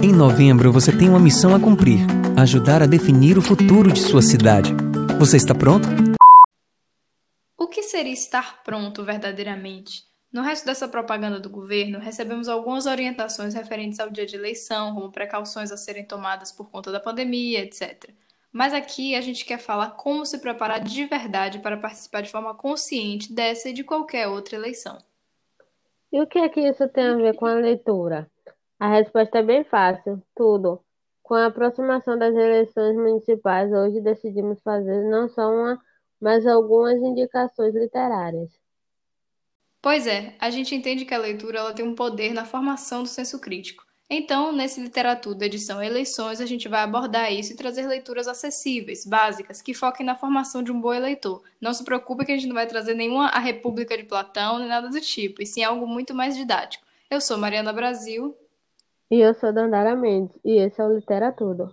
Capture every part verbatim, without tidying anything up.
Em novembro, você tem uma missão a cumprir: ajudar a definir o futuro de sua cidade. Você está pronto? O que seria estar pronto verdadeiramente? No resto dessa propaganda do governo, recebemos algumas orientações referentes ao dia de eleição, como precauções a serem tomadas por conta da pandemia, etcétera. Mas aqui a gente quer falar como se preparar de verdade para participar de forma consciente dessa e de qualquer outra eleição. E o que é que isso tem a ver com a leitura? A resposta é bem fácil: tudo. Com a aproximação das eleições municipais, hoje decidimos fazer não só uma, mas algumas indicações literárias. Pois é, a gente entende que a leitura ela tem um poder na formação do senso crítico. Então, nesse Literatura, edição Eleições, a gente vai abordar isso e trazer leituras acessíveis, básicas, que foquem na formação de um bom eleitor. Não se preocupe que a gente não vai trazer nenhuma A República de Platão, nem nada do tipo, e sim algo muito mais didático. Eu sou Mariana Brasil. E eu sou Dandara Mendes, e esse é o Literatura.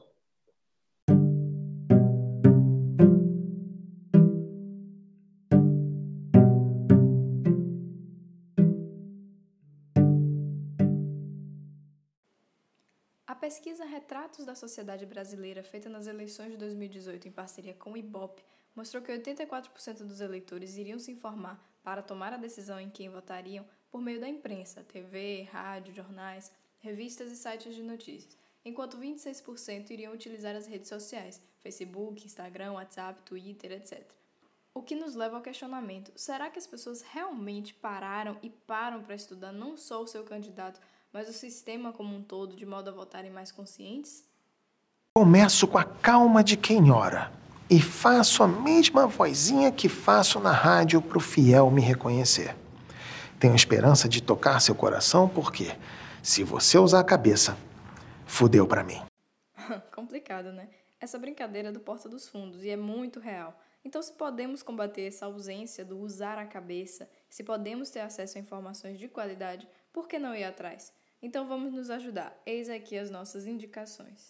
A pesquisa Retratos da Sociedade Brasileira, feita nas eleições de dois mil e dezoito em parceria com o Ibope, mostrou que oitenta e quatro por cento dos eleitores iriam se informar para tomar a decisão em quem votariam por meio da imprensa, T V, rádio, jornais, revistas e sites de notícias, enquanto vinte e seis por cento iriam utilizar as redes sociais, Facebook, Instagram, WhatsApp, Twitter, etcétera. O que nos leva ao questionamento: será que as pessoas realmente pararam e param para estudar não só o seu candidato, mas o sistema como um todo, de modo a votarem mais conscientes? Começo com a calma de quem ora e faço a mesma vozinha que faço na rádio para o fiel me reconhecer. Tenho esperança de tocar seu coração porque, se você usar a cabeça, fudeu pra mim. Complicado, né? Essa brincadeira é do Porta dos Fundos e é muito real. Então, se podemos combater essa ausência do usar a cabeça, se podemos ter acesso a informações de qualidade, por que não ir atrás? Então vamos nos ajudar. Eis aqui as nossas indicações.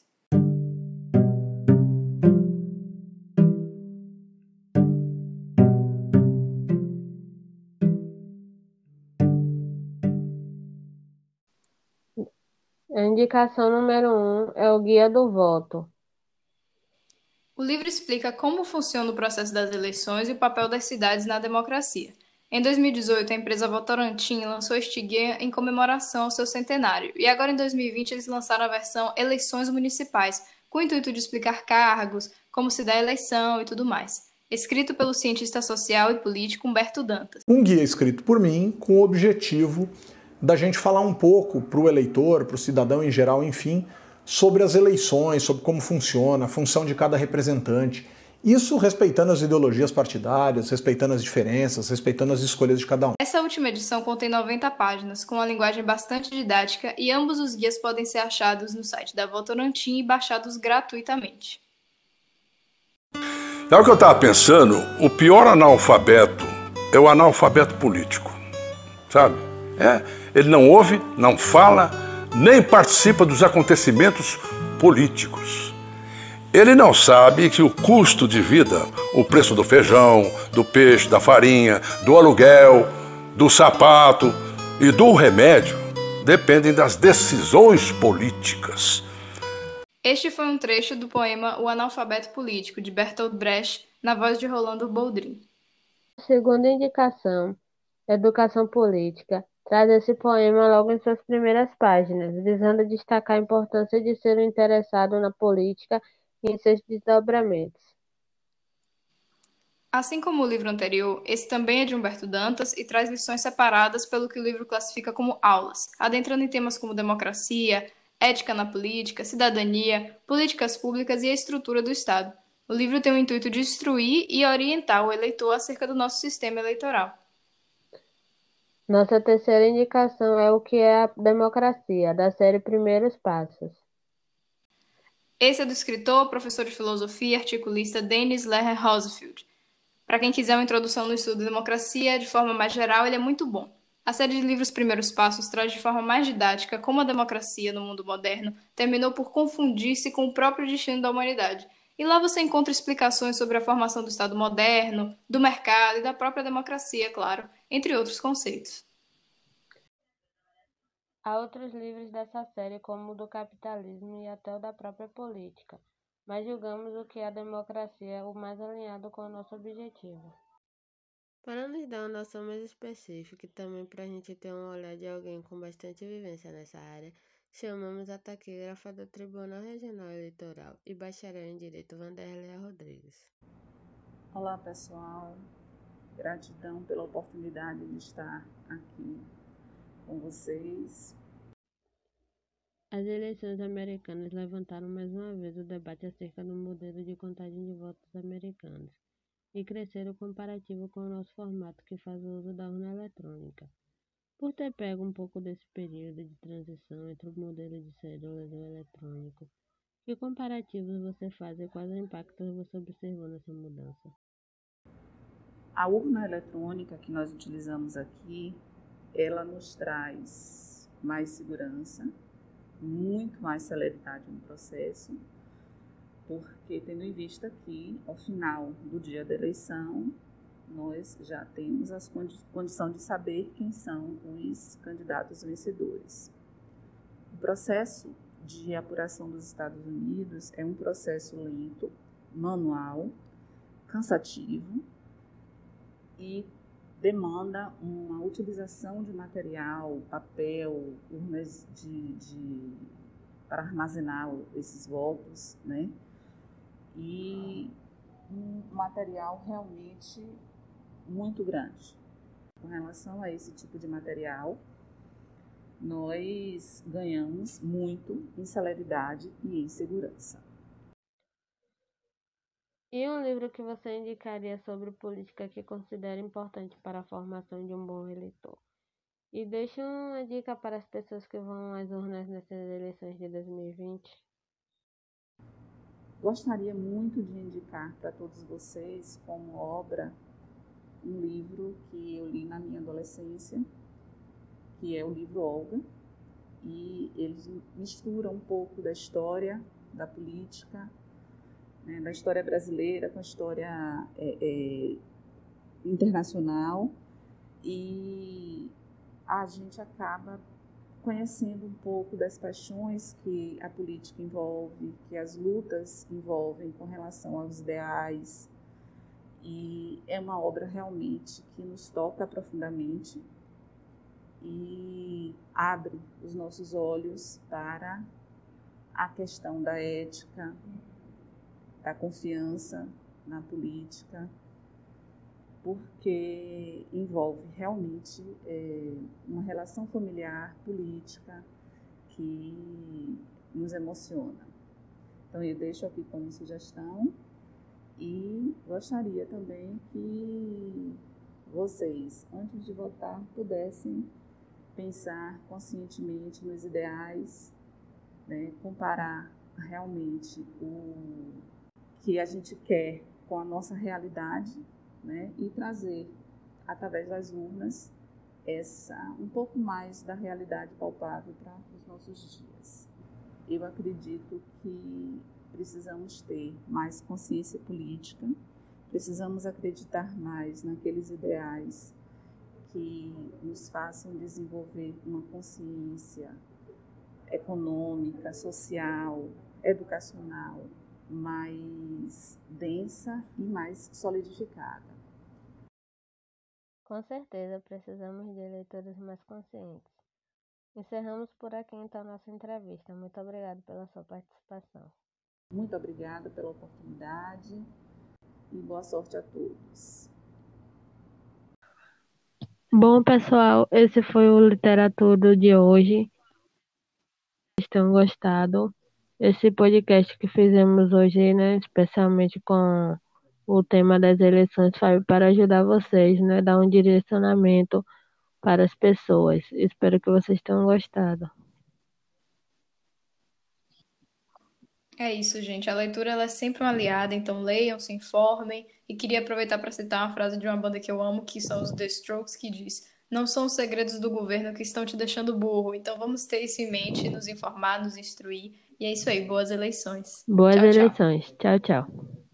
A indicação número um é o Guia do Voto. O livro explica como funciona o processo das eleições e o papel das cidades na democracia. Em dois mil e dezoito, a empresa Votorantim lançou este guia em comemoração ao seu centenário, e agora em dois mil e vinte eles lançaram a versão Eleições Municipais, com o intuito de explicar cargos, como se dá a eleição e tudo mais. Escrito pelo cientista social e político Humberto Dantas. Um guia escrito por mim com o objetivo da gente falar um pouco para o eleitor, para o cidadão em geral, enfim, sobre as eleições, sobre como funciona, a função de cada representante. Isso respeitando as ideologias partidárias, respeitando as diferenças, respeitando as escolhas de cada um. Essa última edição contém noventa páginas, com uma linguagem bastante didática, e ambos os guias podem ser achados no site da Votorantim e baixados gratuitamente. É o que eu estava pensando, o pior analfabeto é o analfabeto político, sabe? É, ele não ouve, não fala, nem participa dos acontecimentos políticos. Ele não sabe que o custo de vida, o preço do feijão, do peixe, da farinha, do aluguel, do sapato e do remédio dependem das decisões políticas. Este foi um trecho do poema O Analfabeto Político, de Bertolt Brecht, na voz de Rolando Boldrin. A segunda indicação, Educação Política, traz esse poema logo em suas primeiras páginas, visando destacar a importância de ser um interessado na política e em seus desdobramentos. Assim como o livro anterior, esse também é de Humberto Dantas e traz lições separadas pelo que o livro classifica como aulas, adentrando em temas como democracia, ética na política, cidadania, políticas públicas e a estrutura do Estado. O livro tem o intuito de instruir e orientar o eleitor acerca do nosso sistema eleitoral. Nossa terceira indicação é O que é a Democracia, da série Primeiros Passos. Esse é do escritor, professor de filosofia e articulista Dennis Lehrer Rosenfeld. Para quem quiser uma introdução no estudo de democracia, de forma mais geral, ele é muito bom. A série de livros Primeiros Passos traz de forma mais didática como a democracia no mundo moderno terminou por confundir-se com o próprio destino da humanidade. E lá você encontra explicações sobre a formação do Estado moderno, do mercado e da própria democracia, claro, entre outros conceitos. Há outros livros dessa série, como o do capitalismo e até o da própria política, mas julgamos o que é a democracia o mais alinhado com o nosso objetivo. Para nos dar uma noção mais específica e também para a gente ter um olhar de alguém com bastante vivência nessa área, chamamos a taquígrafa do Tribunal Regional Eleitoral e bacharel em Direito Vanderleia Rodrigues. Olá pessoal, gratidão pela oportunidade de estar aqui com vocês. As eleições americanas levantaram mais uma vez o debate acerca do modelo de contagem de votos americanos e cresceram o comparativo com o nosso formato que faz o uso da urna eletrônica. Por ter pego um pouco desse período de transição entre o modelo de cédulas e o eletrônico, que comparativos você faz e quais impactos você observou nessa mudança? A urna eletrônica que nós utilizamos aqui, ela nos traz mais segurança, muito mais celeridade no processo, porque tendo em vista que, ao final do dia da eleição, nós já temos a condi- condição de saber quem são os candidatos vencedores. O processo de apuração dos Estados Unidos é um processo lento, manual, cansativo e demanda uma utilização de material, papel, urnas de, de, para armazenar esses votos, né? E um material realmente muito grande. Com relação a esse tipo de material, nós ganhamos muito em celeridade e em segurança. E um livro que você indicaria sobre política que considera importante para a formação de um bom eleitor? E deixa uma dica para as pessoas que vão às urnas nessas eleições de dois mil e vinte. Gostaria muito de indicar para todos vocês, como obra, um livro que eu li na minha adolescência, que é o livro Olga, e ele mistura um pouco da história, da política, né, da história brasileira com a história é, é, internacional, e a gente acaba conhecendo um pouco das paixões que a política envolve, que as lutas envolvem com relação aos ideais, e é uma obra realmente que nos toca profundamente e abre os nossos olhos para a questão da ética, da confiança na política, porque envolve realmente é, uma relação familiar, política, que nos emociona. Então eu deixo aqui como sugestão e gostaria também que vocês, antes de votar, pudessem pensar conscientemente nos ideais, né, comparar realmente o que a gente quer com a nossa realidade, né, e trazer, através das urnas, essa, um pouco mais da realidade palpável para os nossos dias. Eu acredito que precisamos ter mais consciência política, precisamos acreditar mais naqueles ideais que nos façam desenvolver uma consciência econômica, social, educacional, mais densa e mais solidificada. Com certeza, precisamos de eleitores mais conscientes. Encerramos por aqui então nossa entrevista. Muito obrigado pela sua participação. Muito obrigada pela oportunidade e boa sorte a todos. Bom, pessoal, esse foi o Literatura de hoje. Vocês tenham gostado. Esse podcast que fizemos hoje, né, especialmente com o tema das eleições, foi para ajudar vocês, né, dar um direcionamento para as pessoas. Espero que vocês tenham gostado. É isso, gente. A leitura ela é sempre uma aliada, então leiam, se informem. E queria aproveitar para citar uma frase de uma banda que eu amo, que são os The Strokes, que diz: não são os segredos do governo que estão te deixando burro. Então vamos ter isso em mente, nos informar, nos instruir. E é isso aí, boas eleições. Boas Tchau, tchau. eleições. Tchau, tchau.